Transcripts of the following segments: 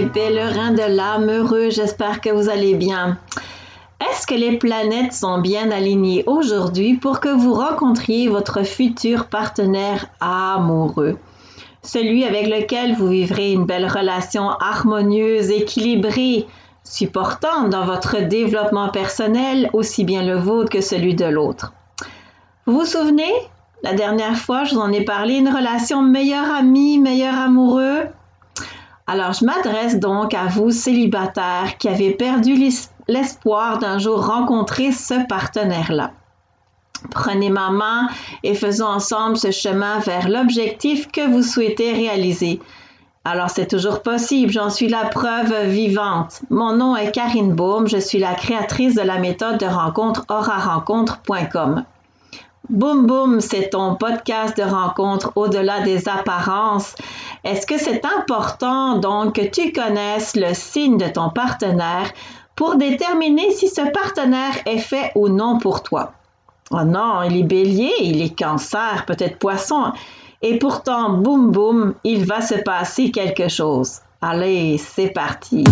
pèlerins de l'âme heureux, j'espère que vous allez bien. Est-ce que les planètes sont bien alignées aujourd'hui pour que vous rencontriez votre futur partenaire amoureux? Celui avec lequel vous vivrez une belle relation harmonieuse, équilibrée, supportante dans votre développement personnel, aussi bien le vôtre que celui de l'autre. Vous vous souvenez? La dernière fois, je vous en ai parlé, une relation meilleur ami, meilleur amoureux. Alors, je m'adresse donc à vous, célibataires, qui avez perdu l'espoir d'un jour rencontrer ce partenaire-là. Prenez ma main et faisons ensemble ce chemin vers l'objectif que vous souhaitez réaliser. Alors, c'est toujours possible, j'en suis la preuve vivante. Mon nom est Karine Baume, je suis la créatrice de la méthode de rencontre aurarencontre.com. Boum Boum, c'est ton podcast de rencontre au-delà des apparences. Est-ce que c'est important donc que tu connaisses le signe de ton partenaire pour déterminer si ce partenaire est fait ou non pour toi? Oh non, il est bélier, il est cancer, peut-être poisson. Et pourtant, boum boum, il va se passer quelque chose. Allez, c'est parti.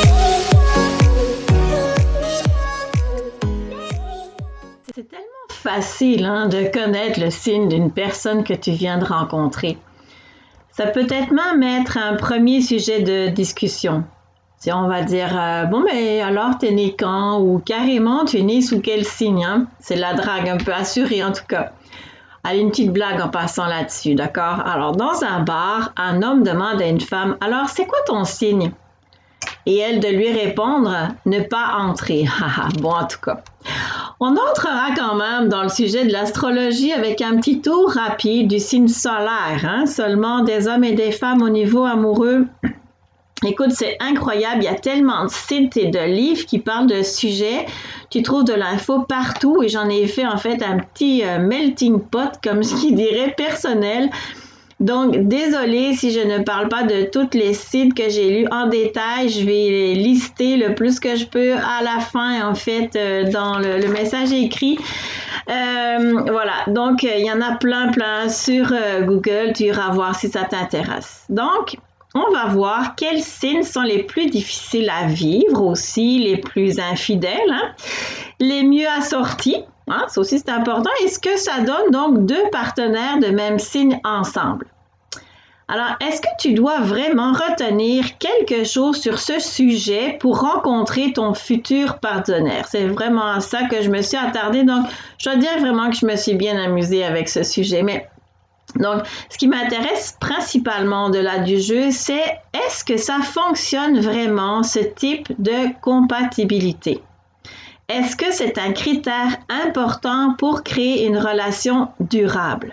C'est tellement facile de connaître le signe d'une personne que tu viens de rencontrer. Ça peut être même être un premier sujet de discussion. Si on va dire, bon, mais alors, t'es né quand? Ou carrément, tu es né sous quel signe? C'est la drague un peu assurée, en tout cas. Allez, une petite blague en passant là-dessus, d'accord? Alors, dans un bar, un homme demande à une femme, alors, c'est quoi ton signe? Et elle de lui répondre, ne pas entrer. Bon, en tout cas. On entrera quand même dans le sujet de l'astrologie avec un petit tour rapide du signe solaire, seulement des hommes et des femmes au niveau amoureux. Écoute, c'est incroyable, il y a tellement de sites et de livres qui parlent de ce sujet. Tu trouves de l'info partout et j'en ai fait en fait un petit melting pot, comme ce qui dirait, personnel. Donc, désolée si je ne parle pas de tous les sites que j'ai lus en détail. Je vais les lister le plus que je peux à la fin, en fait, dans le message écrit. Voilà, donc il y en a plein sur Google. Tu iras voir si ça t'intéresse. Donc, on va voir quels signes sont les plus difficiles à vivre aussi, les plus infidèles, les mieux assortis. Ça aussi, c'est important. Et ce que ça donne donc deux partenaires de même signe ensemble. Alors, est-ce que tu dois vraiment retenir quelque chose sur ce sujet pour rencontrer ton futur partenaire? C'est vraiment à ça que je me suis attardée. Donc, je dois dire vraiment que je me suis bien amusée avec ce sujet. Donc, ce qui m'intéresse principalement au-delà du jeu, c'est est-ce que ça fonctionne vraiment, ce type de compatibilité? Est-ce que c'est un critère important pour créer une relation durable?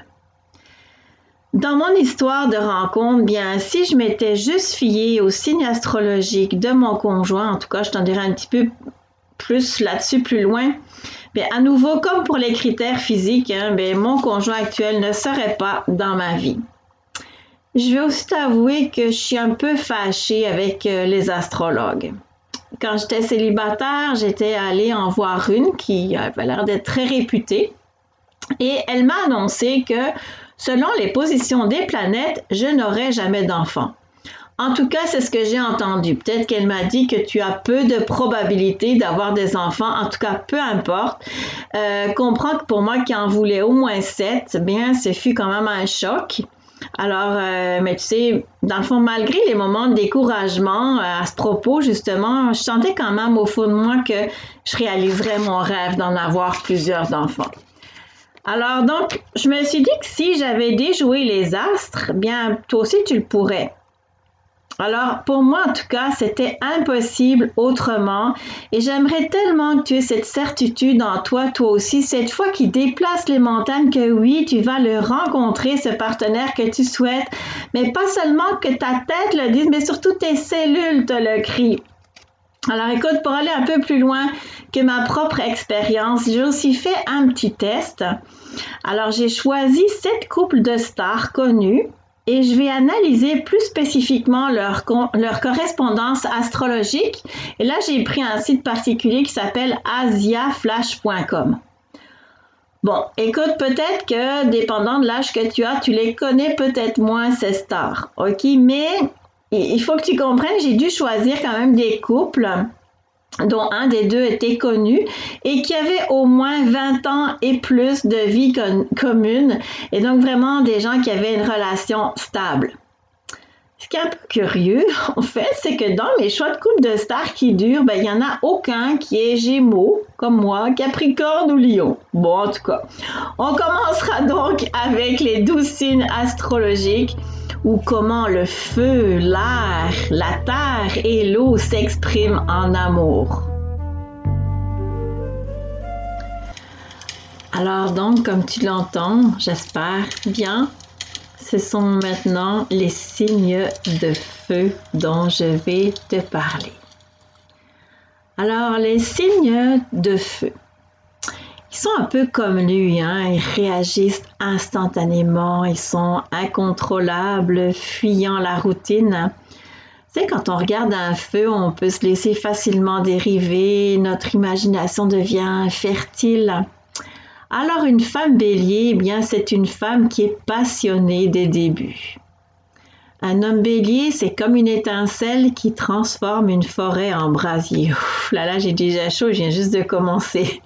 Dans mon histoire de rencontre, bien, si je m'étais juste fiée au signe astrologique de mon conjoint, en tout cas, je t'en dirai un petit peu plus là-dessus plus loin, bien, à nouveau, comme pour les critères physiques, bien, mon conjoint actuel ne serait pas dans ma vie. Je vais aussi t'avouer que je suis un peu fâchée avec les astrologues. Quand j'étais célibataire, j'étais allée en voir une qui avait l'air d'être très réputée et elle m'a annoncé que selon les positions des planètes, je n'aurais jamais d'enfant. En tout cas, c'est ce que j'ai entendu. Peut-être qu'elle m'a dit que tu as peu de probabilité d'avoir des enfants. En tout cas, peu importe. Comprends que pour moi qui en voulais au moins 7, bien, ce fut quand même un choc. Alors, mais tu sais, dans le fond, malgré les moments de découragement à ce propos, justement, je sentais quand même au fond de moi que je réaliserais mon rêve d'en avoir plusieurs enfants. Alors, donc, je me suis dit que si j'avais déjoué les astres, bien, toi aussi, tu le pourrais. Alors, pour moi, en tout cas, c'était impossible autrement et j'aimerais tellement que tu aies cette certitude en toi, toi aussi, cette fois qui déplace les montagnes, que oui, tu vas le rencontrer, ce partenaire que tu souhaites, mais pas seulement que ta tête le dise, mais surtout tes cellules te le crient. Alors, écoute, pour aller un peu plus loin que ma propre expérience, j'ai aussi fait un petit test. Alors, j'ai choisi 7 couples de stars connus et je vais analyser plus spécifiquement leur correspondance astrologique. Et là, j'ai pris un site particulier qui s'appelle asiaflash.com. Bon, écoute, peut-être que, dépendant de l'âge que tu as, tu les connais peut-être moins, ces stars, OK? Mais il faut que tu comprennes, j'ai dû choisir quand même des couples dont un des deux était connu et qui avait au moins 20 ans et plus de vie commune, et donc vraiment des gens qui avaient une relation stable. Ce qui est un peu curieux, en fait, c'est que dans mes choix de couple de stars qui durent, il n'y en a aucun qui est Gémeaux, comme moi, Capricorne ou Lion. Bon, en tout cas, on commencera donc avec les 12 signes astrologiques, ou comment le feu, l'air, la terre et l'eau s'expriment en amour. Alors donc, comme tu l'entends, j'espère bien, ce sont maintenant les signes de feu dont je vais te parler. Alors, les signes de feu, ils sont un peu comme lui, hein? Ils réagissent instantanément, ils sont incontrôlables, fuyant la routine. Tu sais, quand on regarde un feu, on peut se laisser facilement dériver, notre imagination devient fertile. Alors, une femme bélier, eh bien, c'est une femme qui est passionnée des débuts. Un homme bélier, c'est comme une étincelle qui transforme une forêt en brasier. Ouf, là, j'ai déjà chaud, je viens juste de commencer.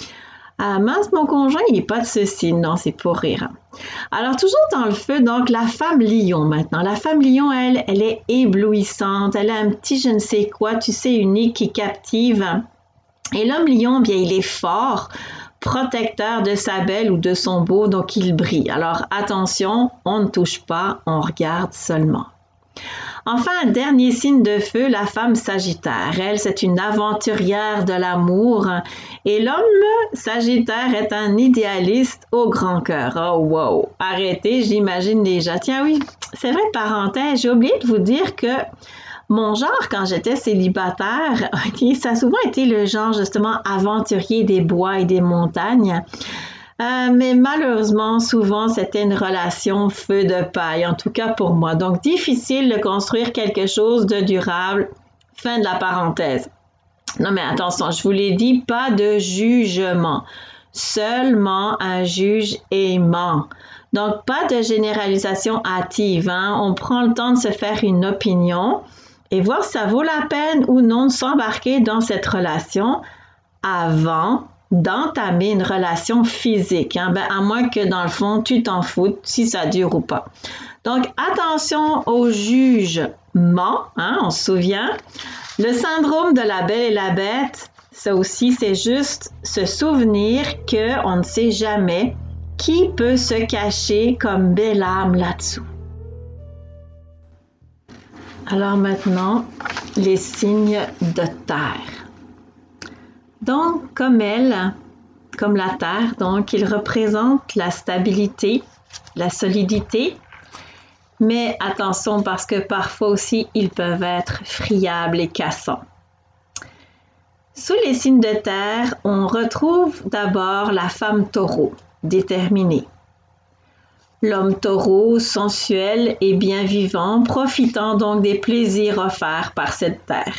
Ah mince, mon conjoint, il n'est pas de ce signe. Non, c'est pour rire. Alors, toujours dans le feu, donc la femme lion maintenant. La femme lion, elle est éblouissante. Elle a un petit je ne sais quoi, tu sais, unique qui captive. Et l'homme lion, bien, il est fort, protecteur de sa belle ou de son beau, donc il brille. Alors, attention, on ne touche pas, on regarde seulement. Enfin, un dernier signe de feu, la femme sagittaire. Elle, c'est une aventurière de l'amour. Et l'homme sagittaire est un idéaliste au grand cœur. Oh wow! Arrêtez, j'imagine déjà. Tiens oui, c'est vrai, parenthèse, j'ai oublié de vous dire que mon genre, quand j'étais célibataire, ça a souvent été le genre justement aventurier des bois et des montagnes. Mais malheureusement, souvent, c'était une relation feu de paille, en tout cas pour moi. Donc, difficile de construire quelque chose de durable. Fin de la parenthèse. Non, mais attention, je vous l'ai dit, pas de jugement. Seulement un juge aimant. Donc, pas de généralisation hâtive, hein? On prend le temps de se faire une opinion et voir si ça vaut la peine ou non de s'embarquer dans cette relation avant d'entamer une relation physique, hein? À moins que dans le fond, tu t'en foutes si ça dure ou pas. Donc, attention au jugement, hein? On se souvient. Le syndrome de la belle et la bête, ça aussi, c'est juste se souvenir qu'on ne sait jamais qui peut se cacher comme belle âme là-dessous. Alors maintenant, les signes de terre. Donc, comme la terre, donc, ils représentent la stabilité, la solidité, mais attention parce que parfois aussi, ils peuvent être friables et cassants. Sous les signes de terre, on retrouve d'abord la femme taureau, déterminée. L'homme taureau, sensuel et bien vivant, profitant donc des plaisirs offerts par cette terre.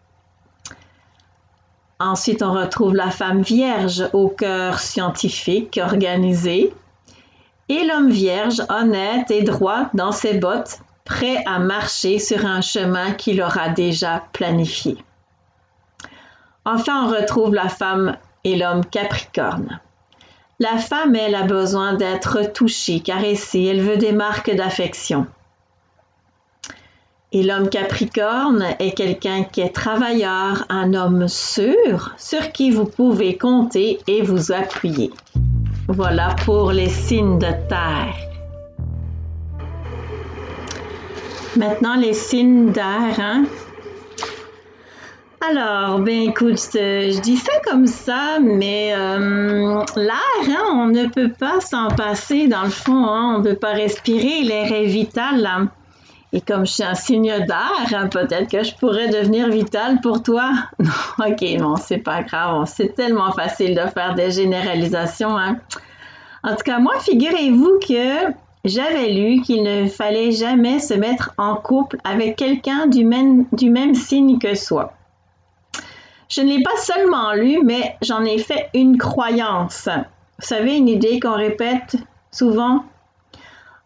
Ensuite, on retrouve la femme vierge au cœur scientifique, organisé, et l'homme vierge, honnête et droit dans ses bottes, prêt à marcher sur un chemin qu'il aura déjà planifié. Enfin, on retrouve la femme et l'homme capricorne. La femme, elle, a besoin d'être touchée, caressée, elle veut des marques d'affection. Et l'homme capricorne est quelqu'un qui est travailleur, un homme sûr, sur qui vous pouvez compter et vous appuyer. Voilà pour les signes de terre. Maintenant, les signes d'air, hein? Alors, ben écoute, je dis ça comme ça, mais l'air, hein, on ne peut pas s'en passer dans le fond, hein, on ne peut pas respirer, l'air est vital, hein. Et comme je suis un signe d'air, hein, peut-être que je pourrais devenir vital pour toi. Non, ok, non, c'est pas grave, c'est tellement facile de faire des généralisations, hein. En tout cas, moi, figurez-vous que j'avais lu qu'il ne fallait jamais se mettre en couple avec quelqu'un du même signe que soi. Je ne l'ai pas seulement lu, mais j'en ai fait une croyance. Vous savez, une idée qu'on répète souvent.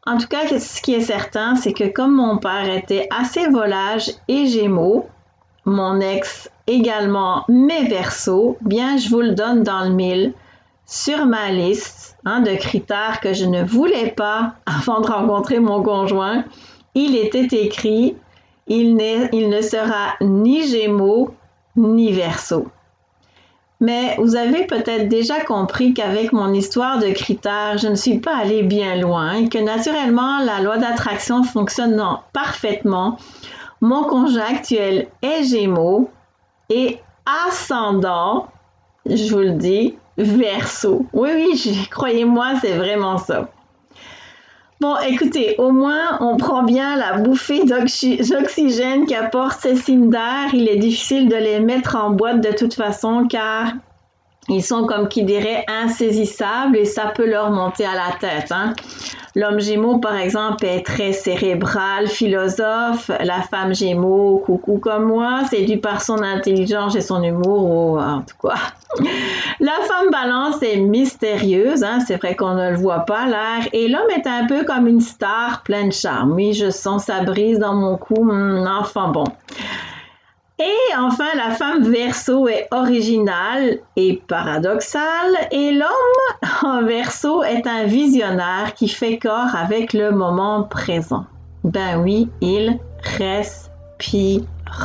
En tout cas, ce qui est certain, c'est que comme mon père était assez volage et Gémeaux, mon ex également mes Verseaux, bien je vous le donne dans le mille, sur ma liste de critères que je ne voulais pas avant de rencontrer mon conjoint, il était écrit il ne sera ni Gémeaux ni Verseau. Mais vous avez peut-être déjà compris qu'avec mon histoire de critères, je ne suis pas allée bien loin et que naturellement la loi d'attraction fonctionnant parfaitement, mon conjoint actuel est Gémeaux et ascendant, je vous le dis, Verseau. Oui, croyez-moi, c'est vraiment ça. Bon, écoutez, au moins, on prend bien la bouffée d'oxygène qu'apportent ces signes d'air. Il est difficile de les mettre en boîte de toute façon car ils sont, comme qui dirait, insaisissables et ça peut leur monter à la tête. L'homme Gémeaux, par exemple, est très cérébral, philosophe. La femme Gémeaux, coucou comme moi, séduit par son intelligence et son humour, en tout cas. La femme Balance est mystérieuse, c'est vrai qu'on ne le voit pas l'air. Et l'homme est un peu comme une star pleine de charme. Oui, je sens sa brise dans mon cou, enfin bon. Et enfin, la femme Verseau est originale et paradoxale et l'homme en Verseau est un visionnaire qui fait corps avec le moment présent. Ben oui, il respire.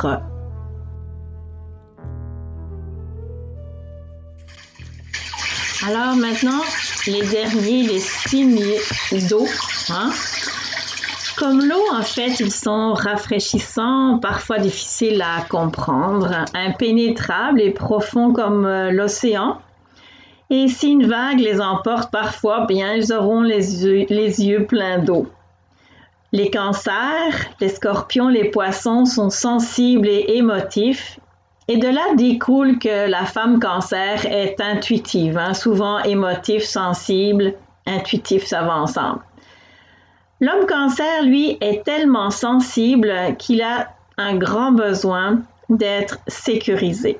Alors maintenant, les signes d'eau. Comme l'eau, en fait, ils sont rafraîchissants, parfois difficiles à comprendre, impénétrables et profonds comme l'océan. Et si une vague les emporte parfois, bien, ils auront les yeux pleins d'eau. Les cancers, les scorpions, les poissons sont sensibles et émotifs. Et de là découle que la femme cancer est intuitive, souvent émotif, sensible, intuitif, ça va ensemble. L'homme cancer, lui, est tellement sensible qu'il a un grand besoin d'être sécurisé.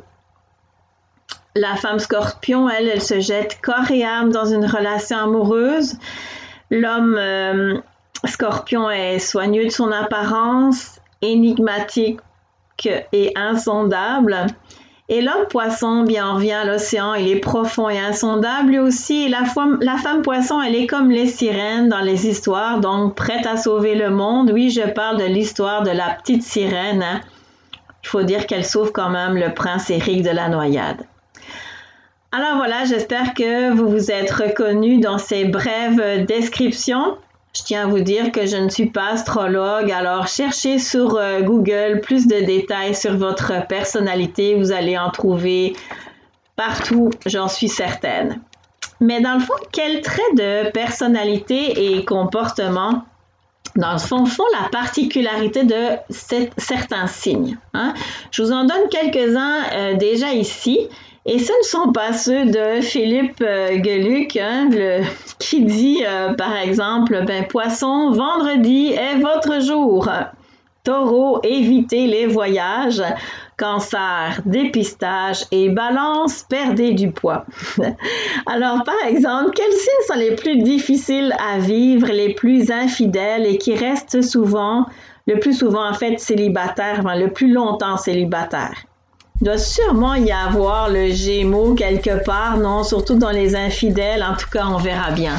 La femme scorpion, elle se jette corps et âme dans une relation amoureuse. L'homme scorpion est soigneux de son apparence, énigmatique et insondable. Et l'homme poisson, bien, on revient à l'océan, il est profond et insondable lui aussi. Et la femme poisson, elle est comme les sirènes dans les histoires, donc prête à sauver le monde. Oui, je parle de l'histoire de la petite sirène. Il faut dire qu'elle sauve quand même le prince Éric de la Noyade. Alors voilà, j'espère que vous vous êtes reconnus dans ces brèves descriptions. Je tiens à vous dire que je ne suis pas astrologue, alors cherchez sur Google plus de détails sur votre personnalité. Vous allez en trouver partout, j'en suis certaine. Mais dans le fond, quels traits de personnalité et comportement, dans le fond, font la particularité de certains signes? Je vous en donne quelques-uns déjà ici. Et ce ne sont pas ceux de Philippe Geluck, qui dit, par exemple, Poisson, vendredi est votre jour. Taureau, évitez les voyages. Cancer, dépistage. Et Balance, perdez du poids. Alors, par exemple, quels signes sont les plus difficiles à vivre, les plus infidèles et qui restent le plus souvent en fait célibataires, le plus longtemps célibataires? Il doit sûrement y avoir le Gémeaux quelque part, non? Surtout dans les infidèles, en tout cas, on verra bien.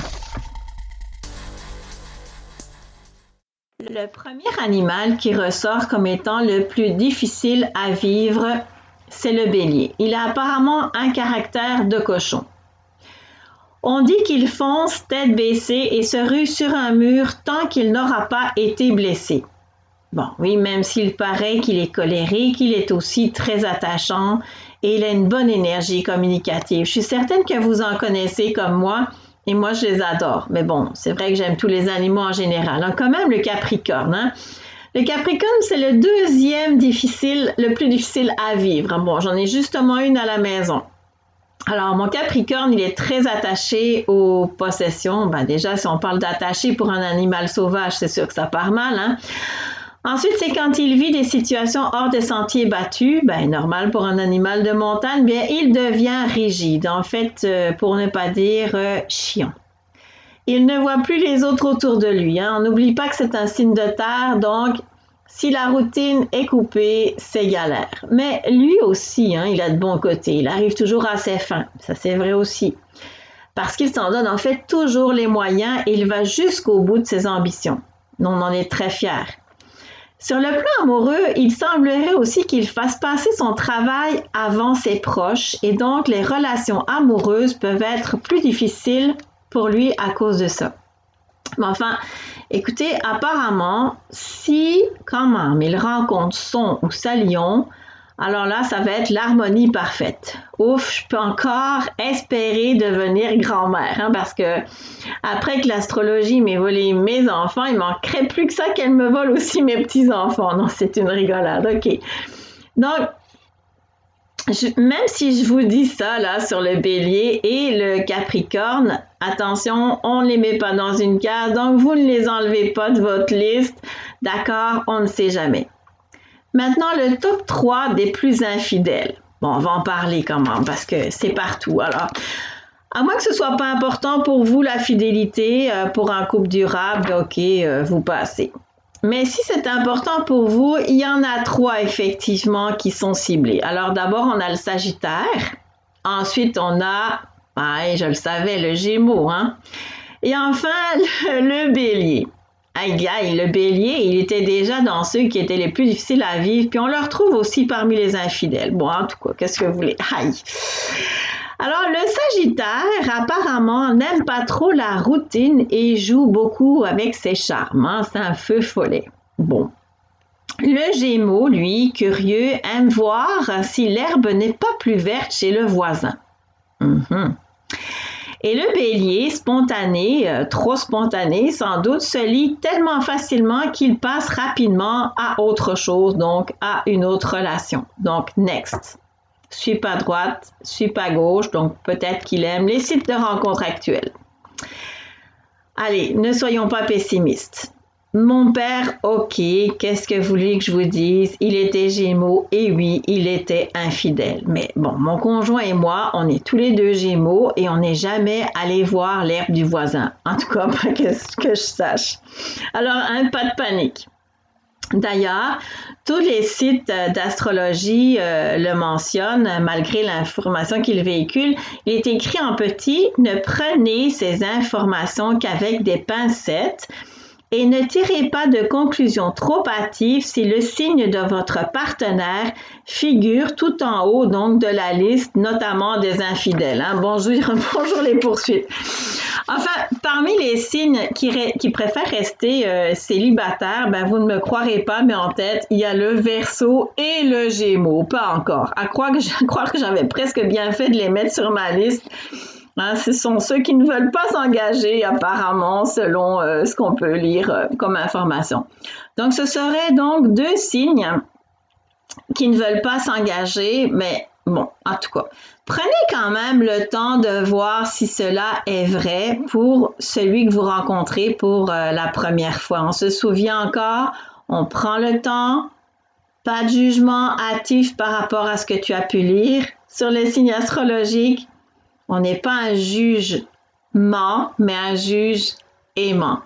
Le premier animal qui ressort comme étant le plus difficile à vivre, c'est le bélier. Il a apparemment un caractère de cochon. On dit qu'il fonce tête baissée et se rue sur un mur tant qu'il n'aura pas été blessé. Bon, oui, même s'il paraît qu'il est colérique, il est aussi très attachant et il a une bonne énergie communicative. Je suis certaine que vous en connaissez comme moi et moi, je les adore. Mais bon, c'est vrai que j'aime tous les animaux en général. Donc, quand même, le Capricorne. Le Capricorne, c'est le deuxième le plus difficile à vivre. Bon, j'en ai justement une à la maison. Alors, mon Capricorne, il est très attaché aux possessions. Déjà, si on parle d'attaché pour un animal sauvage, c'est sûr que ça part mal, Ensuite, c'est quand il vit des situations hors des sentiers battus, normal pour un animal de montagne, il devient rigide, en fait, pour ne pas dire chiant. il ne voit plus les autres autour de lui. On n'oublie pas que c'est un signe de terre, donc si la routine est coupée, c'est galère. Mais lui aussi, il a de bons côtés. Il arrive toujours à ses fins. Ça, c'est vrai aussi. Parce qu'il s'en donne en fait toujours les moyens et il va jusqu'au bout de ses ambitions. On en est très fiers. Sur le plan amoureux, il semblerait aussi qu'il fasse passer son travail avant ses proches et donc les relations amoureuses peuvent être plus difficiles pour lui à cause de ça. Mais enfin, écoutez, apparemment, si quand même il rencontre son ou sa lion, alors là, ça va être l'harmonie parfaite. Ouf, je peux encore espérer devenir grand-mère, parce que après que l'astrologie m'ait volé mes enfants, il manquerait plus que ça qu'elle me vole aussi mes petits-enfants. Non, c'est une rigolade, ok. Donc, même si je vous dis ça là sur le bélier et le capricorne, attention, on ne les met pas dans une case, donc vous ne les enlevez pas de votre liste, d'accord, on ne sait jamais. Maintenant, le top 3 des plus infidèles. Bon, on va en parler quand même parce que c'est partout. Alors, à moins que ce soit pas important pour vous la fidélité pour un couple durable, ok, vous passez. Mais si c'est important pour vous, il y en a 3 effectivement qui sont ciblés. Alors d'abord, on a le Sagittaire. Ensuite, on a, je le savais, le Gémeaux. Et enfin, le Bélier. Aïe, le Bélier, il était déjà dans ceux qui étaient les plus difficiles à vivre, puis on le retrouve aussi parmi les infidèles. Bon, en tout cas, qu'est-ce que vous voulez? Aïe! Alors, le Sagittaire, apparemment, n'aime pas trop la routine et joue beaucoup avec ses charmes. C'est un feu follet. Bon. Le Gémeaux, lui, curieux, aime voir si l'herbe n'est pas plus verte chez le voisin. Et le Bélier, spontané, trop spontané, sans doute, se lie tellement facilement qu'il passe rapidement à autre chose, donc à une autre relation. Donc, next. Suis pas droite, suis pas gauche, donc peut-être qu'il aime les sites de rencontres actuels. Allez, ne soyons pas pessimistes. Mon père, ok, qu'est-ce que vous voulez que je vous dise? Il était Gémeaux et oui, il était infidèle. Mais bon, mon conjoint et moi, on est tous les deux Gémeaux et on n'est jamais allé voir l'herbe du voisin. En tout cas, pas que je sache. Alors, pas de panique. D'ailleurs, tous les sites d'astrologie le mentionnent, malgré l'information qu'ils véhiculent. Il est écrit en petit, ne prenez ces informations qu'avec des pincettes. Et ne tirez pas de conclusions trop hâtives si le signe de votre partenaire figure tout en haut donc de la liste, notamment des infidèles. Bonjour les poursuites. Enfin, parmi les signes qui préfèrent rester célibataires, vous ne me croirez pas, mais en tête, il y a le Verseau et le Gémeaux. Pas encore. À croire que j'avais presque bien fait de les mettre sur ma liste. Ce sont ceux qui ne veulent pas s'engager apparemment selon ce qu'on peut lire comme information. Donc ce seraient donc 2 signes qui ne veulent pas s'engager, mais bon, en tout cas, prenez quand même le temps de voir si cela est vrai pour celui que vous rencontrez pour la première fois. On se souvient encore, on prend le temps, pas de jugement hâtif par rapport à ce que tu as pu lire sur les signes astrologiques. On n'est pas un jugement, mais un juge aimant.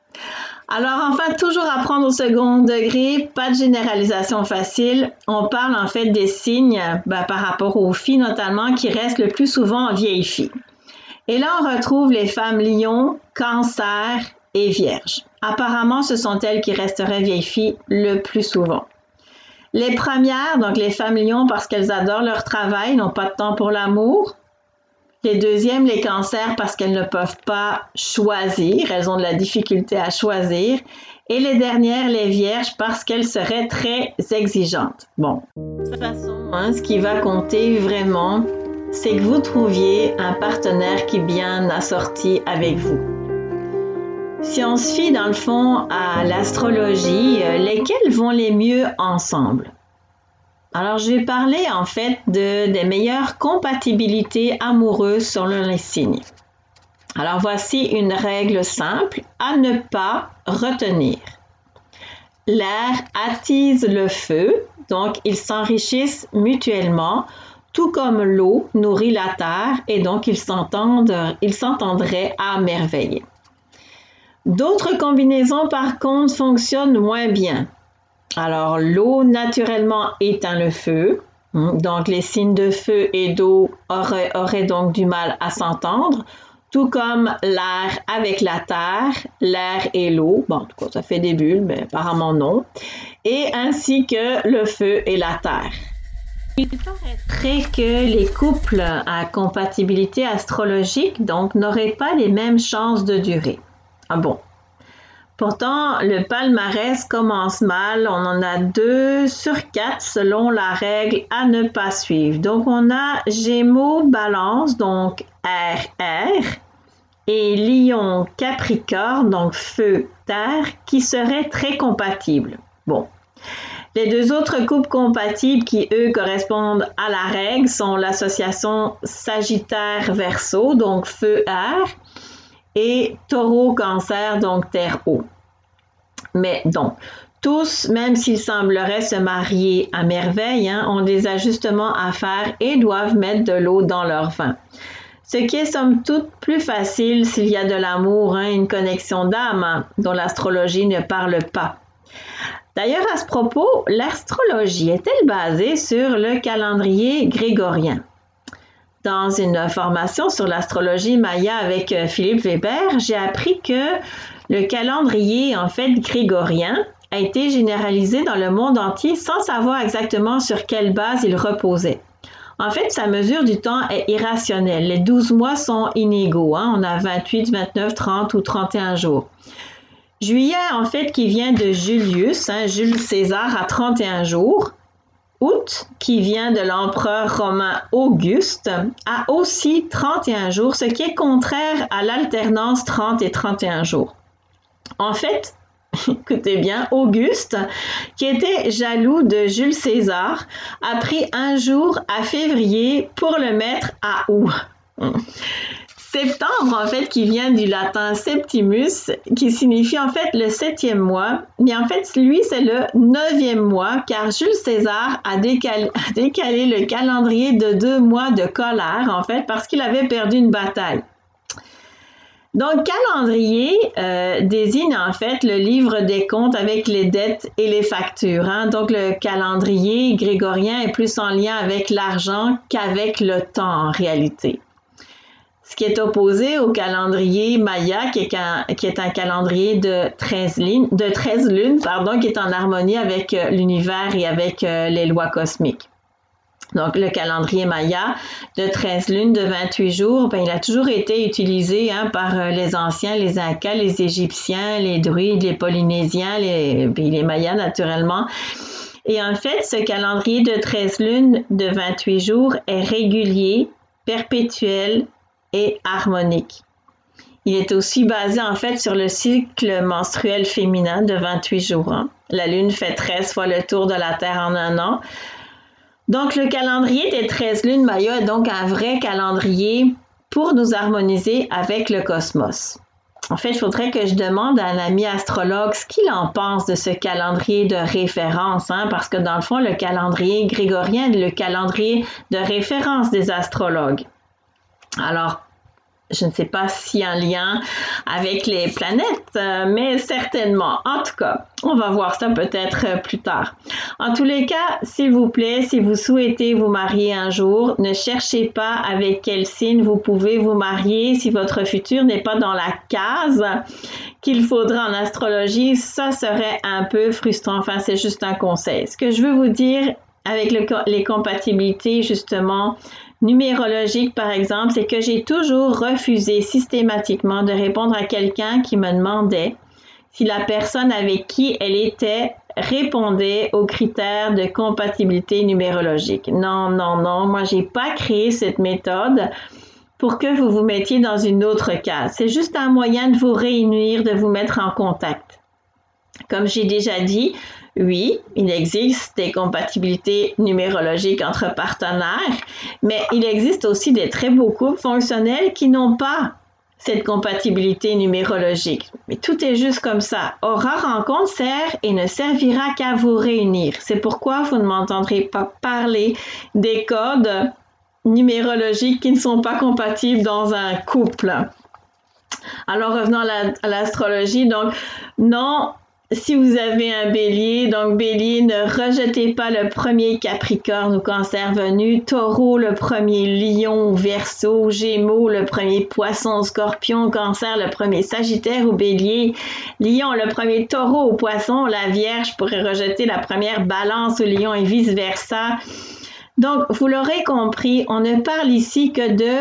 Alors, enfin, toujours à prendre au second degré, pas de généralisation facile. On parle en fait des signes par rapport aux filles notamment qui restent le plus souvent vieilles filles. Et là, on retrouve les femmes lions, cancer et vierges. Apparemment, ce sont elles qui resteraient vieilles filles le plus souvent. Les premières, donc les femmes lions, parce qu'elles adorent leur travail, n'ont pas de temps pour l'amour. Les deuxièmes, les cancers, parce qu'elles ne peuvent pas choisir, elles ont de la difficulté à choisir. Et les dernières, les vierges, parce qu'elles seraient très exigeantes. Bon, de toute façon, ce qui va compter vraiment, c'est que vous trouviez un partenaire qui est bien assorti avec vous. Si on se fie dans le fond à l'astrologie, lesquels vont les mieux ensemble? Alors, je vais parler en fait des meilleures compatibilités amoureuses selon les signes. Alors, voici une règle simple à ne pas retenir. L'air attise le feu, donc ils s'enrichissent mutuellement, tout comme l'eau nourrit la terre et donc ils s'entendraient à merveille. D'autres combinaisons, par contre, fonctionnent moins bien. Alors, l'eau naturellement éteint le feu. Donc, les signes de feu et d'eau auraient donc du mal à s'entendre, tout comme l'air avec la terre, l'air et l'eau. Bon, en tout cas, ça fait des bulles, mais apparemment non. Et ainsi que le feu et la terre. Il paraîtrait que les couples à compatibilité astrologique donc n'auraient pas les mêmes chances de durer. Ah bon? Pourtant, le palmarès commence mal. On en a 2 sur 4 selon la règle à ne pas suivre. Donc, on a Gémeaux, Balance, donc RR, et Lion, Capricorne, donc Feu, Terre, qui seraient très compatibles. Bon. Les 2 autres couples compatibles qui, eux, correspondent à la règle sont l'association Sagittaire-Verseau, donc Feu-Air, et Taureau-Cancer, donc Terre-Eau. Mais donc, tous, même s'ils sembleraient se marier à merveille, ont des ajustements à faire et doivent mettre de l'eau dans leur vin. Ce qui est somme toute plus facile s'il y a de l'amour, une connexion d'âme dont l'astrologie ne parle pas. D'ailleurs, à ce propos, l'astrologie est-elle basée sur le calendrier grégorien? Dans une formation sur l'astrologie maya avec Philippe Weber, j'ai appris que le calendrier, en fait, grégorien, a été généralisé dans le monde entier sans savoir exactement sur quelle base il reposait. En fait, sa mesure du temps est irrationnelle. Les 12 mois sont inégaux. On a 28, 29, 30 ou 31 jours. Juillet, en fait, qui vient de Julius, Jules César, à 31 jours. Août, qui vient de l'empereur romain Auguste, a aussi 31 jours, ce qui est contraire à l'alternance 30 et 31 jours. En fait, écoutez bien, Auguste, qui était jaloux de Jules César, a pris un jour à février pour le mettre à août. Septembre, en fait, qui vient du latin septimus, qui signifie en fait le 7e mois, mais en fait, lui, c'est le 9e mois, car Jules César a décalé le calendrier de 2 mois de colère, en fait, parce qu'il avait perdu une bataille. Donc, calendrier désigne en fait le livre des comptes avec les dettes et les factures. Donc, le calendrier grégorien est plus en lien avec l'argent qu'avec le temps en réalité. Ce qui est opposé au calendrier maya, qui est un calendrier de 13 lunes, qui est en harmonie avec l'univers et avec les lois cosmiques. Donc, le calendrier maya de 13 lunes, de 28 jours, il a toujours été utilisé par les anciens, les Incas, les Égyptiens, les Druides, les Polynésiens, les Mayas naturellement. Et en fait, ce calendrier de 13 lunes, de 28 jours est régulier, perpétuel et harmonique. Il est aussi basé en fait sur le cycle menstruel féminin de 28 jours. La Lune fait 13 fois le tour de la Terre en un an. Donc, le calendrier des 13 lunes maya est donc un vrai calendrier pour nous harmoniser avec le cosmos. En fait, il faudrait que je demande à un ami astrologue ce qu'il en pense de ce calendrier de référence, parce que dans le fond, le calendrier grégorien est le calendrier de référence des astrologues. Alors, je ne sais pas s'il y a un lien avec les planètes, mais certainement. En tout cas, on va voir ça peut-être plus tard. En tous les cas, s'il vous plaît, si vous souhaitez vous marier un jour, ne cherchez pas avec quel signe vous pouvez vous marier si votre futur n'est pas dans la case qu'il faudra en astrologie. Ça serait un peu frustrant. Enfin, c'est juste un conseil. Ce que je veux vous dire avec les compatibilités, justement, numérologique, par exemple, c'est que j'ai toujours refusé systématiquement de répondre à quelqu'un qui me demandait si la personne avec qui elle était répondait aux critères de compatibilité numérologique. Non, moi, j'ai pas créé cette méthode pour que vous vous mettiez dans une autre case. C'est juste un moyen de vous réunir, de vous mettre en contact. Comme j'ai déjà dit, oui, il existe des compatibilités numérologiques entre partenaires, mais il existe aussi des très beaux couples fonctionnels qui n'ont pas cette compatibilité numérologique. Mais tout est juste comme ça. Aura rencontre sert et ne servira qu'à vous réunir. C'est pourquoi vous ne m'entendrez pas parler des codes numérologiques qui ne sont pas compatibles dans un couple. Alors, revenons à l'astrologie. Donc, non, si vous avez un bélier, donc bélier, ne rejetez pas le premier Capricorne ou Cancer venu, Taureau, le premier Lion ou Verseau, Gémeaux, le premier Poisson, Scorpion, Cancer, le premier Sagittaire ou Bélier, Lion, le premier Taureau ou Poisson, la Vierge pourrait rejeter la première Balance ou Lion et vice-versa. Donc, vous l'aurez compris, on ne parle ici que de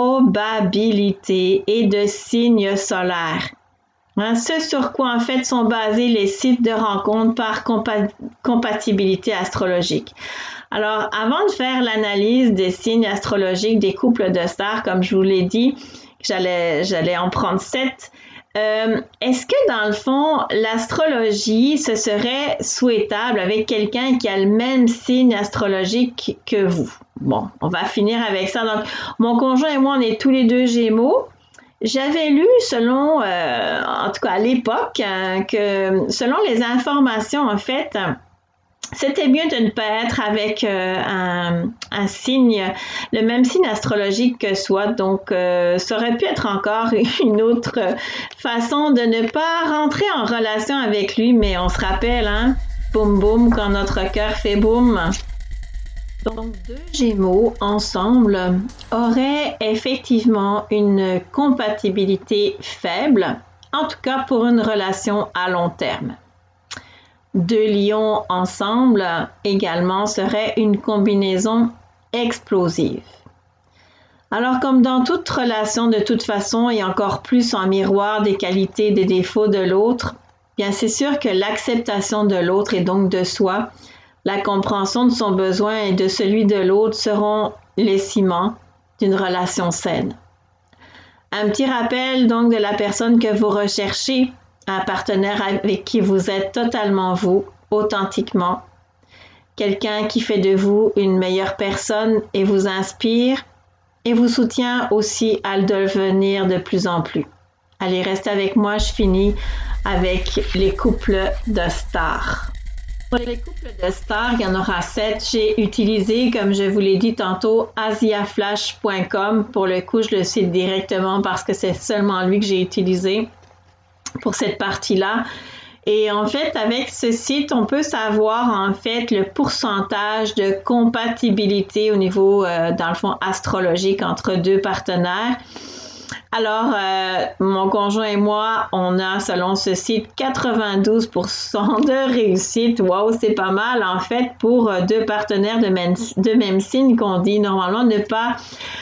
probabilité et de signes solaires. Ce sur quoi en fait sont basés les sites de rencontres par compatibilité astrologique. Alors, avant de faire l'analyse des signes astrologiques des couples de stars, comme je vous l'ai dit, j'allais en prendre 7. Est-ce que dans le fond, l'astrologie, ce serait souhaitable avec quelqu'un qui a le même signe astrologique que vous? Bon, on va finir avec ça. Donc, mon conjoint et moi, on est tous les deux Gémeaux. J'avais lu selon, en tout cas à l'époque, que selon les informations, en fait, c'était mieux de ne pas être avec un signe, le même signe astrologique que soi. Donc, ça aurait pu être encore une autre façon de ne pas rentrer en relation avec lui, mais on se rappelle, hein, boum boum, quand notre cœur fait boum. Donc, deux Gémeaux ensemble auraient effectivement une compatibilité faible, en tout cas pour une relation à long terme. Deux Lions ensemble également serait une combinaison explosive. Alors, comme dans toute relation, de toute façon, et encore plus en miroir des qualités et des défauts de l'autre, bien c'est sûr que l'acceptation de l'autre et donc de soi, la compréhension de son besoin et de celui de l'autre seront les ciments d'une relation saine. Un petit rappel donc de la personne que vous recherchez, un partenaire avec qui vous êtes totalement vous, authentiquement, quelqu'un qui fait de vous une meilleure personne et vous inspire et vous soutient aussi à le devenir de plus en plus. Allez, restez avec moi, je finis avec les couples de stars. Pour les couples de stars, il y en aura 7. J'ai utilisé, comme je vous l'ai dit tantôt, asiaflash.com. Pour le coup, je le cite directement parce que c'est seulement lui que j'ai utilisé pour cette partie-là. Et en fait, avec ce site, on peut savoir en fait le pourcentage de compatibilité au niveau, dans le fond, astrologique entre deux partenaires. Alors, mon conjoint et moi, on a, selon ce site, 92% de réussite. Wow, c'est pas mal, en fait, pour deux partenaires de même signe qu'on dit normalement ne pas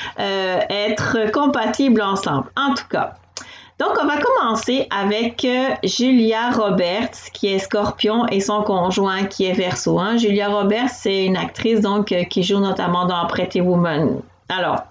être compatibles ensemble. En tout cas, donc, on va commencer avec Julia Roberts, qui est Scorpion, et son conjoint, qui est Verseau. Hein? Julia Roberts, c'est une actrice donc qui joue notamment dans Pretty Woman. Alors,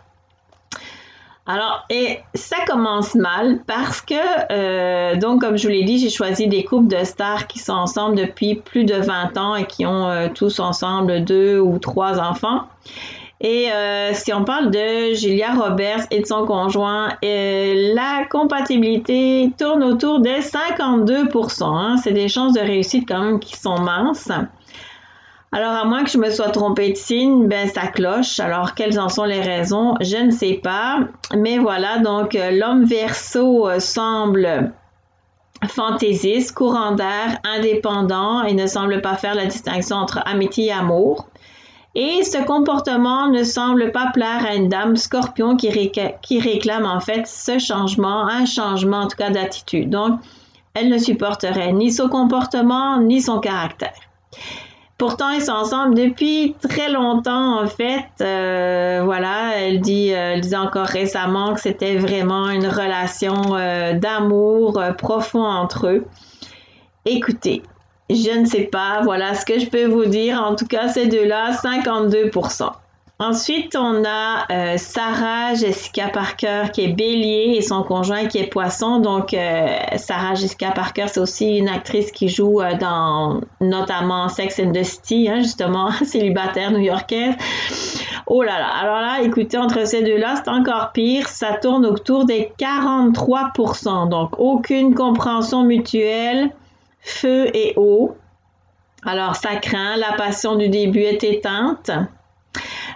et ça commence mal parce que, donc, comme je vous l'ai dit, j'ai choisi des couples de stars qui sont ensemble depuis plus de 20 ans et qui ont tous ensemble 2 ou 3 enfants. Et si on parle de Julia Roberts et de son conjoint, la compatibilité tourne autour de 52%. Hein? C'est des chances de réussite quand même qui sont minces. Alors, à moins que je me sois trompée de signe, ben ça cloche. Alors, quelles en sont les raisons? Je ne sais pas. Mais voilà, donc l'homme Verseau semble fantaisiste, courant d'air, indépendant et ne semble pas faire la distinction entre amitié et amour. Et ce comportement ne semble pas plaire à une dame Scorpion qui réclame en fait ce changement, un changement en tout cas d'attitude. Donc, elle ne supporterait ni son comportement ni son caractère. Pourtant, ils sont ensemble depuis très longtemps, en fait. Voilà, elle disait encore récemment que c'était vraiment une relation d'amour profond entre eux. Écoutez, je ne sais pas, voilà ce que je peux vous dire. En tout cas, ces deux-là, 52%. Ensuite, on a Sarah Jessica Parker qui est Bélier et son conjoint qui est Poisson. Donc, Sarah Jessica Parker, c'est aussi une actrice qui joue dans notamment Sex and the City, hein, justement, célibataire new-yorkaise. Oh là là! Alors là, écoutez, entre ces deux-là, c'est encore pire. Ça tourne autour des 43%. Donc, aucune compréhension mutuelle, feu et eau. Alors, ça craint. La passion du début est éteinte.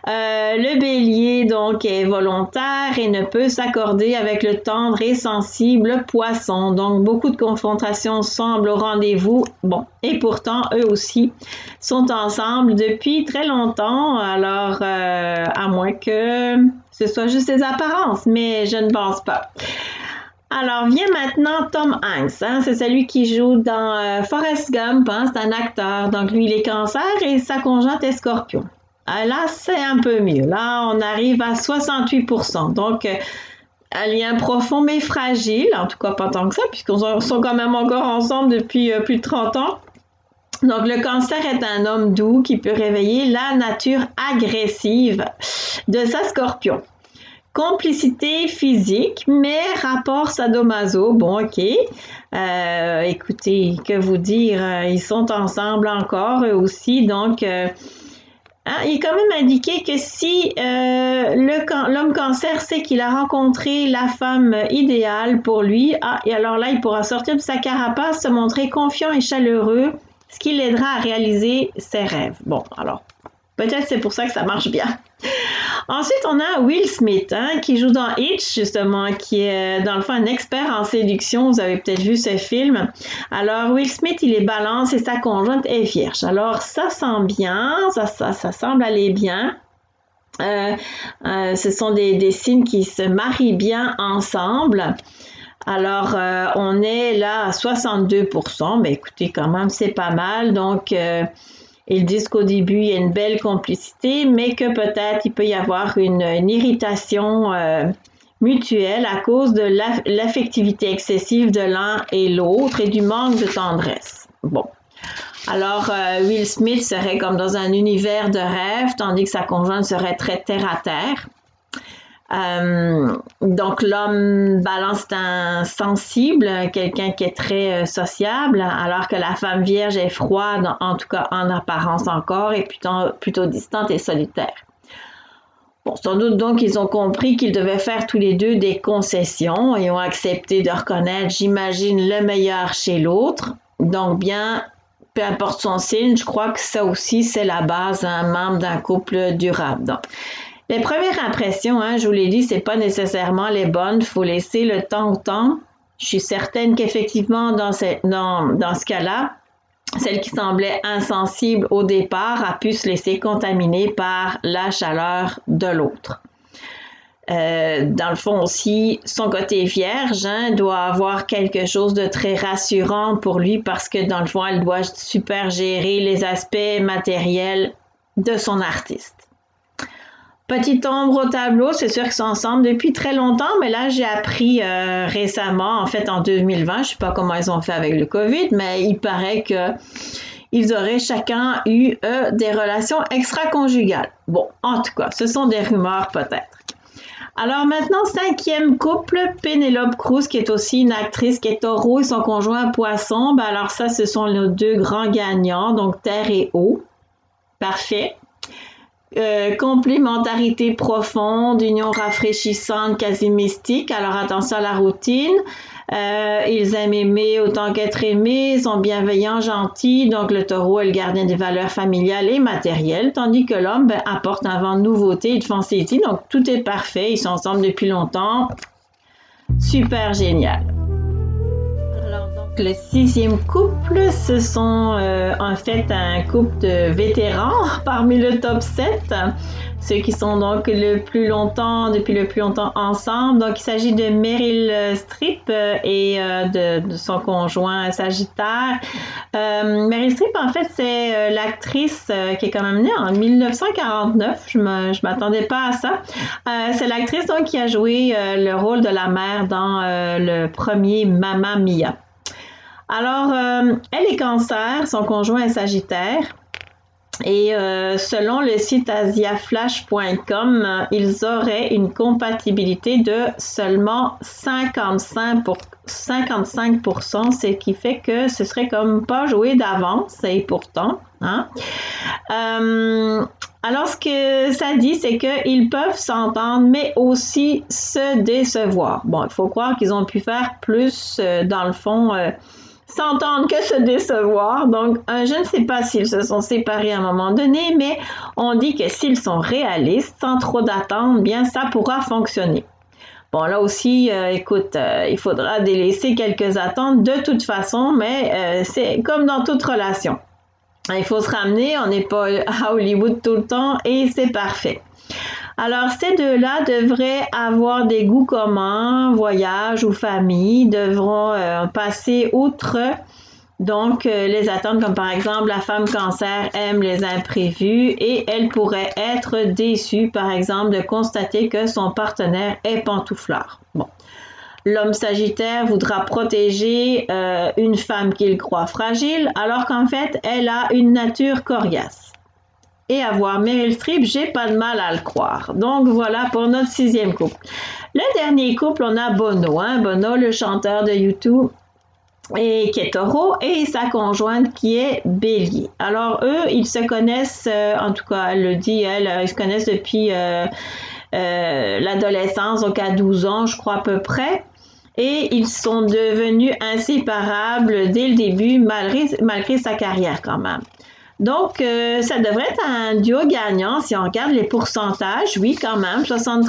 Le bélier, donc, est volontaire et ne peut s'accorder avec le tendre et sensible poisson. Donc, beaucoup de confrontations semblent au rendez-vous. Bon, et pourtant, eux aussi sont ensemble depuis très longtemps. Alors, à moins que ce soit juste des apparences, mais je ne pense pas. Alors, vient maintenant Tom Hanks, hein, c'est celui qui joue dans Forrest Gump, hein, c'est un acteur. Donc, lui, il est cancer et sa conjointe est scorpion. Là, c'est un peu mieux. Là, on arrive à 68%. Donc, un lien profond mais fragile, en tout cas pas tant que ça, puisqu'ils sont quand même encore ensemble depuis plus de 30 ans. Donc, le cancer est un homme doux qui peut réveiller la nature agressive de sa scorpion. Complicité physique, mais rapport sadomaso, bon, ok. Écoutez, que vous dire, ils sont ensemble encore, eux aussi, donc... il est quand même indiqué que si l'homme cancer sait qu'il a rencontré la femme idéale pour lui, et alors là, il pourra sortir de sa carapace, se montrer confiant et chaleureux, ce qui l'aidera à réaliser ses rêves. Bon, alors, peut-être c'est pour ça que ça marche bien. Ensuite, on a Will Smith, hein, qui joue dans Hitch, justement, qui est dans le fond un expert en séduction. Vous avez peut-être vu ce film. Alors, Will Smith, il est balance et sa conjointe est vierge. Alors, ça sent bien, ça semble aller bien. Ce sont des signes qui se marient bien ensemble. Alors, on est là à 62%, mais écoutez, quand même, c'est pas mal. Donc, ils disent qu'au début, il y a une belle complicité, mais que peut-être il peut y avoir une irritation mutuelle à cause de l'affectivité excessive de l'un et l'autre et du manque de tendresse. Bon. Alors, Will Smith serait comme dans un univers de rêve, tandis que sa conjointe serait très terre-à-terre. Donc, l'homme balance est un sensible, quelqu'un qui est très sociable, alors que la femme vierge est froide, en tout cas en apparence encore, et plutôt distante et solitaire. Bon, sans doute donc ils ont compris qu'ils devaient faire tous les deux des concessions et ont accepté de reconnaître, j'imagine, le meilleur chez l'autre. Donc, bien, peu importe son signe, je crois que ça aussi, c'est la base d'un membre d'un couple durable. Donc, les premières impressions, hein, je vous l'ai dit, c'est pas nécessairement les bonnes. Il faut laisser le temps au temps. Je suis certaine qu'effectivement, dans ce cas-là, celle qui semblait insensible au départ a pu se laisser contaminer par la chaleur de l'autre. Dans le fond aussi, son côté vierge, hein, doit avoir quelque chose de très rassurant pour lui parce que dans le fond, elle doit super gérer les aspects matériels de son artiste. Petite ombre au tableau, c'est sûr qu'ils sont ensemble depuis très longtemps, mais là, j'ai appris récemment, en fait en 2020, je ne sais pas comment ils ont fait avec le COVID, mais il paraît qu'ils auraient chacun eu des relations extra-conjugales. Bon, en tout cas, ce sont des rumeurs peut-être. Alors maintenant, 5e couple, Penélope Cruz, qui est aussi une actrice qui est taureau et son conjoint poisson. Ben alors ça, ce sont nos deux grands gagnants, donc terre et eau. Parfait. Complémentarité profonde, union rafraîchissante, quasi mystique. Alors attention à la routine. Ils aiment aimer autant qu'être aimés, sont bienveillants, gentils. Donc le taureau est le gardien des valeurs familiales et matérielles, tandis que l'homme apporte un vent de nouveauté et de facilité. Donc tout est parfait. Ils sont ensemble depuis longtemps. Super génial. Le 6e couple, ce sont en fait un couple de vétérans parmi le top 7, ceux qui sont donc depuis le plus longtemps ensemble. Donc, il s'agit de Meryl Streep et de son conjoint Sagittaire. Meryl Streep, en fait, c'est l'actrice qui est quand même née en 1949. Je m'attendais pas à ça. C'est l'actrice donc qui a joué le rôle de la mère dans le premier Mamma Mia. Alors, elle est cancer, son conjoint est sagittaire et selon le site asiaflash.com, ils auraient une compatibilité de seulement 55%, ce qui fait que ce serait comme pas joué d'avance et pourtant. Hein? Alors, ce que ça dit, c'est qu'ils peuvent s'entendre, mais aussi se décevoir. Bon, il faut croire qu'ils ont pu faire plus, dans le fond, s'entendre que se décevoir. Donc, je ne sais pas s'ils se sont séparés à un moment donné, mais on dit que s'ils sont réalistes, sans trop d'attente, bien, ça pourra fonctionner. Bon, là aussi, écoute, il faudra délaisser quelques attentes de toute façon, mais c'est comme dans toute relation. Il faut se ramener, on n'est pas à Hollywood tout le temps et c'est parfait. Alors, ces deux-là devraient avoir des goûts communs, voyage ou famille, devront passer outre donc les attentes, comme par exemple la femme cancer aime les imprévus et elle pourrait être déçue, par exemple, de constater que son partenaire est pantouflard. Bon. L'homme sagittaire voudra protéger une femme qu'il croit fragile, alors qu'en fait, elle a une nature coriace. Et à voir Meryl Streep, j'ai pas de mal à le croire. Donc voilà pour notre 6e couple. Le dernier couple, on a Bono. Bono, le chanteur de U2, et qui est taureau, et sa conjointe qui est bélier. Alors eux, ils se connaissent, en tout cas, elle le dit, ils se connaissent depuis l'adolescence, donc à 12 ans, je crois à peu près. Et ils sont devenus inséparables dès le début, malgré sa carrière quand même. Donc, ça devrait être un duo gagnant si on regarde les pourcentages. Oui, quand même,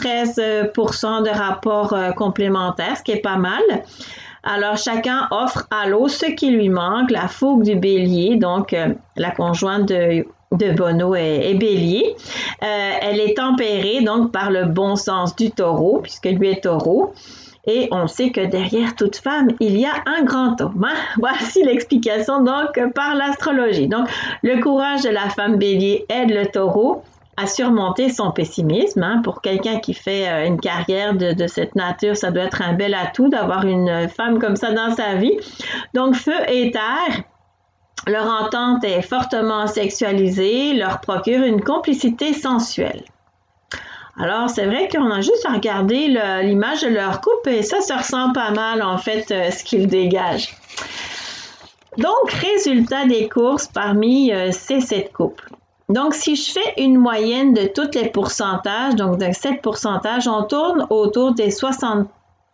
73% de rapports complémentaires, ce qui est pas mal. Alors, chacun offre à l'autre ce qui lui manque, la fougue du bélier, donc la conjointe de Bono est bélier. Elle est tempérée donc par le bon sens du taureau, puisque lui est taureau. Et on sait que derrière toute femme, il y a un grand homme. Voici l'explication donc par l'astrologie. Donc, le courage de la femme bélier aide le taureau à surmonter son pessimisme. Pour quelqu'un qui fait une carrière de cette nature, ça doit être un bel atout d'avoir une femme comme ça dans sa vie. Donc, feu et terre, leur entente est fortement sexualisée, leur procure une complicité sensuelle. Alors, c'est vrai qu'on a juste à regarder l'image de leur couple et ça ressemble pas mal, en fait, ce qu'ils dégagent. Donc, résultat des courses parmi ces 7 couples. Donc, si je fais une moyenne de tous les pourcentages, donc de 7 pourcentages, on tourne autour des 63%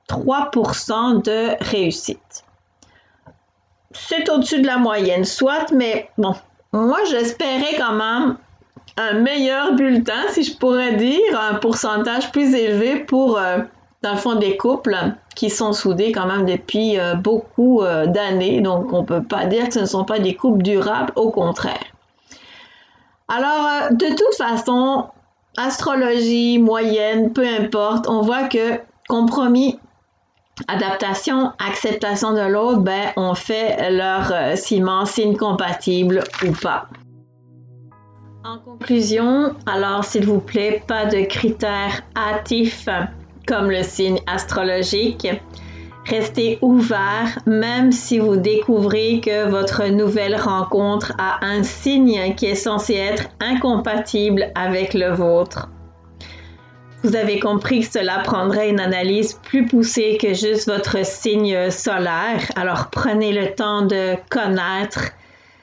de réussite. C'est au-dessus de la moyenne, soit, mais bon, moi, j'espérais quand même un meilleur bulletin, si je pourrais dire, un pourcentage plus élevé pour, dans le fond, des couples qui sont soudés quand même depuis beaucoup d'années. Donc, on ne peut pas dire que ce ne sont pas des couples durables, au contraire. Alors, de toute façon, astrologie, moyenne, peu importe, on voit que compromis, adaptation, acceptation de l'autre, on fait leur ciment, signe compatible ou pas. En conclusion, alors s'il vous plaît, pas de critères hâtifs comme le signe astrologique. Restez ouvert même si vous découvrez que votre nouvelle rencontre a un signe qui est censé être incompatible avec le vôtre. Vous avez compris que cela prendrait une analyse plus poussée que juste votre signe solaire. Alors prenez le temps de connaître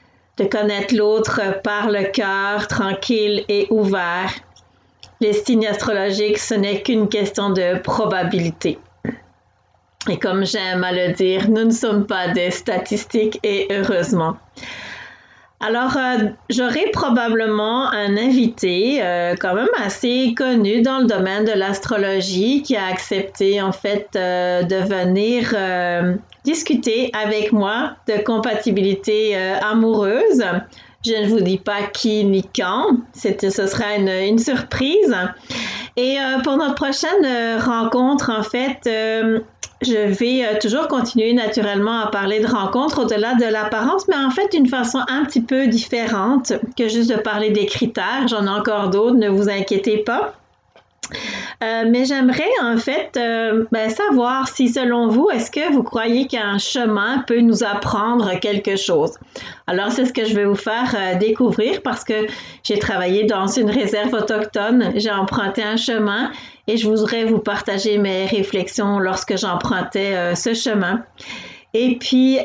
l'autre par le cœur tranquille et ouvert. Les signes astrologiques, ce n'est qu'une question de probabilité. Et comme j'aime à le dire, nous ne sommes pas des statistiques et heureusement. Alors, j'aurai probablement un invité quand même assez connu dans le domaine de l'astrologie qui a accepté en fait de venir discuter avec moi de compatibilité amoureuse. Je ne vous dis pas qui ni quand, ce sera une surprise. Et pour notre prochaine rencontre, en fait, je vais toujours continuer naturellement à parler de rencontres au-delà de l'apparence, mais en fait d'une façon un petit peu différente que juste de parler des critères. J'en ai encore d'autres, ne vous inquiétez pas. Mais j'aimerais en fait savoir si selon vous, est-ce que vous croyez qu'un chemin peut nous apprendre quelque chose? Alors c'est ce que je vais vous faire découvrir parce que j'ai travaillé dans une réserve autochtone, j'ai emprunté un chemin et je voudrais vous partager mes réflexions lorsque j'empruntais ce chemin. Et puis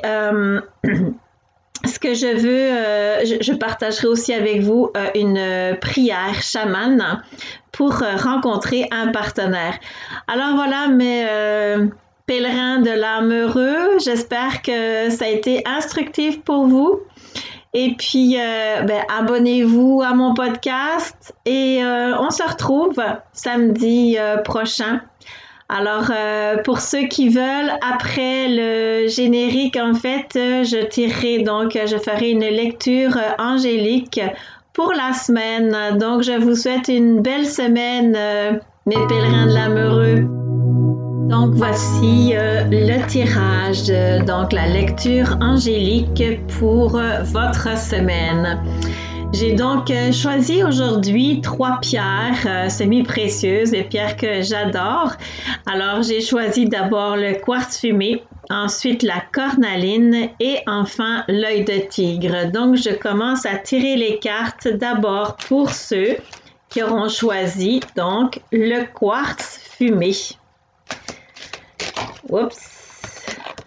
ce que je veux, je partagerai aussi avec vous une prière chamane pour rencontrer un partenaire. Alors voilà mes pèlerins de l'âme heureux. J'espère que ça a été instructif pour vous. Et puis, abonnez-vous à mon podcast et on se retrouve samedi prochain. Alors, pour ceux qui veulent, après le générique, en fait, je ferai une lecture angélique pour la semaine. Donc, je vous souhaite une belle semaine, mes pèlerins de l'âme heureux. Donc, voici le tirage, donc la lecture angélique pour votre semaine. J'ai donc choisi aujourd'hui 3 pierres semi-précieuses, des pierres que j'adore. Alors, j'ai choisi d'abord le quartz fumé, ensuite la cornaline et enfin l'œil de tigre. Donc, je commence à tirer les cartes d'abord pour ceux qui auront choisi donc le quartz fumé. Oups!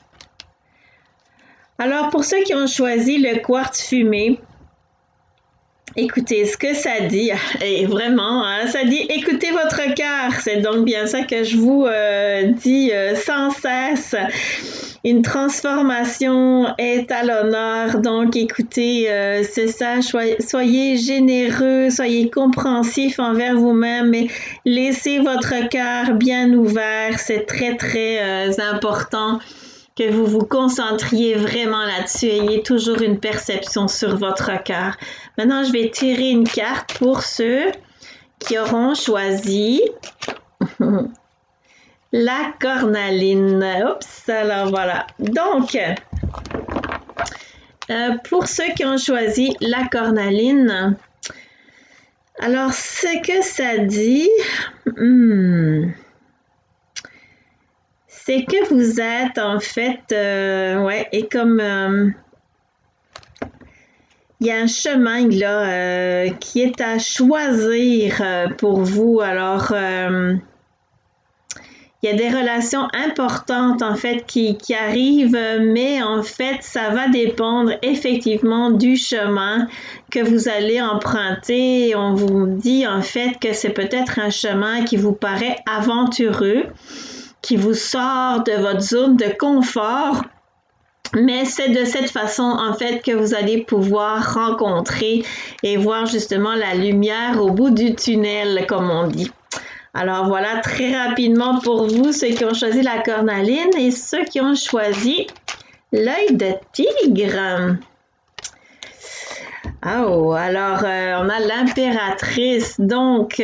Alors, pour ceux qui ont choisi le quartz fumé, écoutez ce que ça dit. Et vraiment, ça dit « Écoutez votre cœur ». C'est donc bien ça que je vous dis sans cesse. Une transformation est à l'honneur. Donc, écoutez, c'est ça. Soyez généreux, soyez compréhensifs envers vous-même et laissez votre cœur bien ouvert. C'est très, très important que vous vous concentriez vraiment là-dessus. Ayez toujours une perception sur votre cœur. Maintenant, je vais tirer une carte pour ceux qui auront choisi la cornaline. Oups, alors voilà. Donc, pour ceux qui ont choisi la cornaline, alors ce que ça dit, c'est que vous êtes en fait, et comme il y a un chemin là qui est à choisir pour vous. Alors, il y a des relations importantes en fait qui arrivent, mais en fait, ça va dépendre effectivement du chemin que vous allez emprunter. On vous dit en fait que c'est peut-être un chemin qui vous paraît aventureux, qui vous sort de votre zone de confort, mais c'est de cette façon en fait que vous allez pouvoir rencontrer et voir justement la lumière au bout du tunnel, comme on dit. Alors voilà, très rapidement pour vous, ceux qui ont choisi la cornaline et ceux qui ont choisi l'œil de tigre. Oh, alors on a l'impératrice, donc...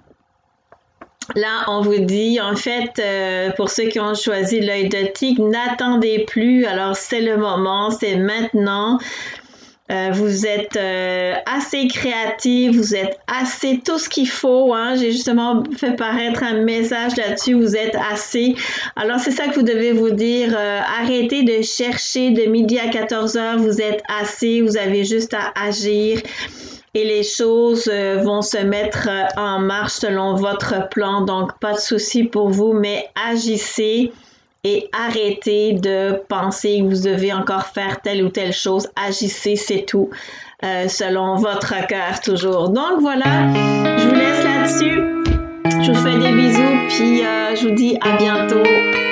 Là, on vous dit, en fait, pour ceux qui ont choisi l'œil de tigre, n'attendez plus. Alors, c'est le moment, c'est maintenant. Vous êtes assez créatif, vous êtes assez tout ce qu'il faut. J'ai justement fait paraître un message là-dessus, vous êtes assez. Alors, c'est ça que vous devez vous dire. Arrêtez de chercher de midi à 14 heures, vous êtes assez, vous avez juste à agir. Et les choses vont se mettre en marche selon votre plan. Donc, pas de souci pour vous, mais agissez et arrêtez de penser que vous devez encore faire telle ou telle chose. Agissez, c'est tout, selon votre cœur toujours. Donc, voilà, je vous laisse là-dessus. Je vous fais des bisous, puis je vous dis à bientôt.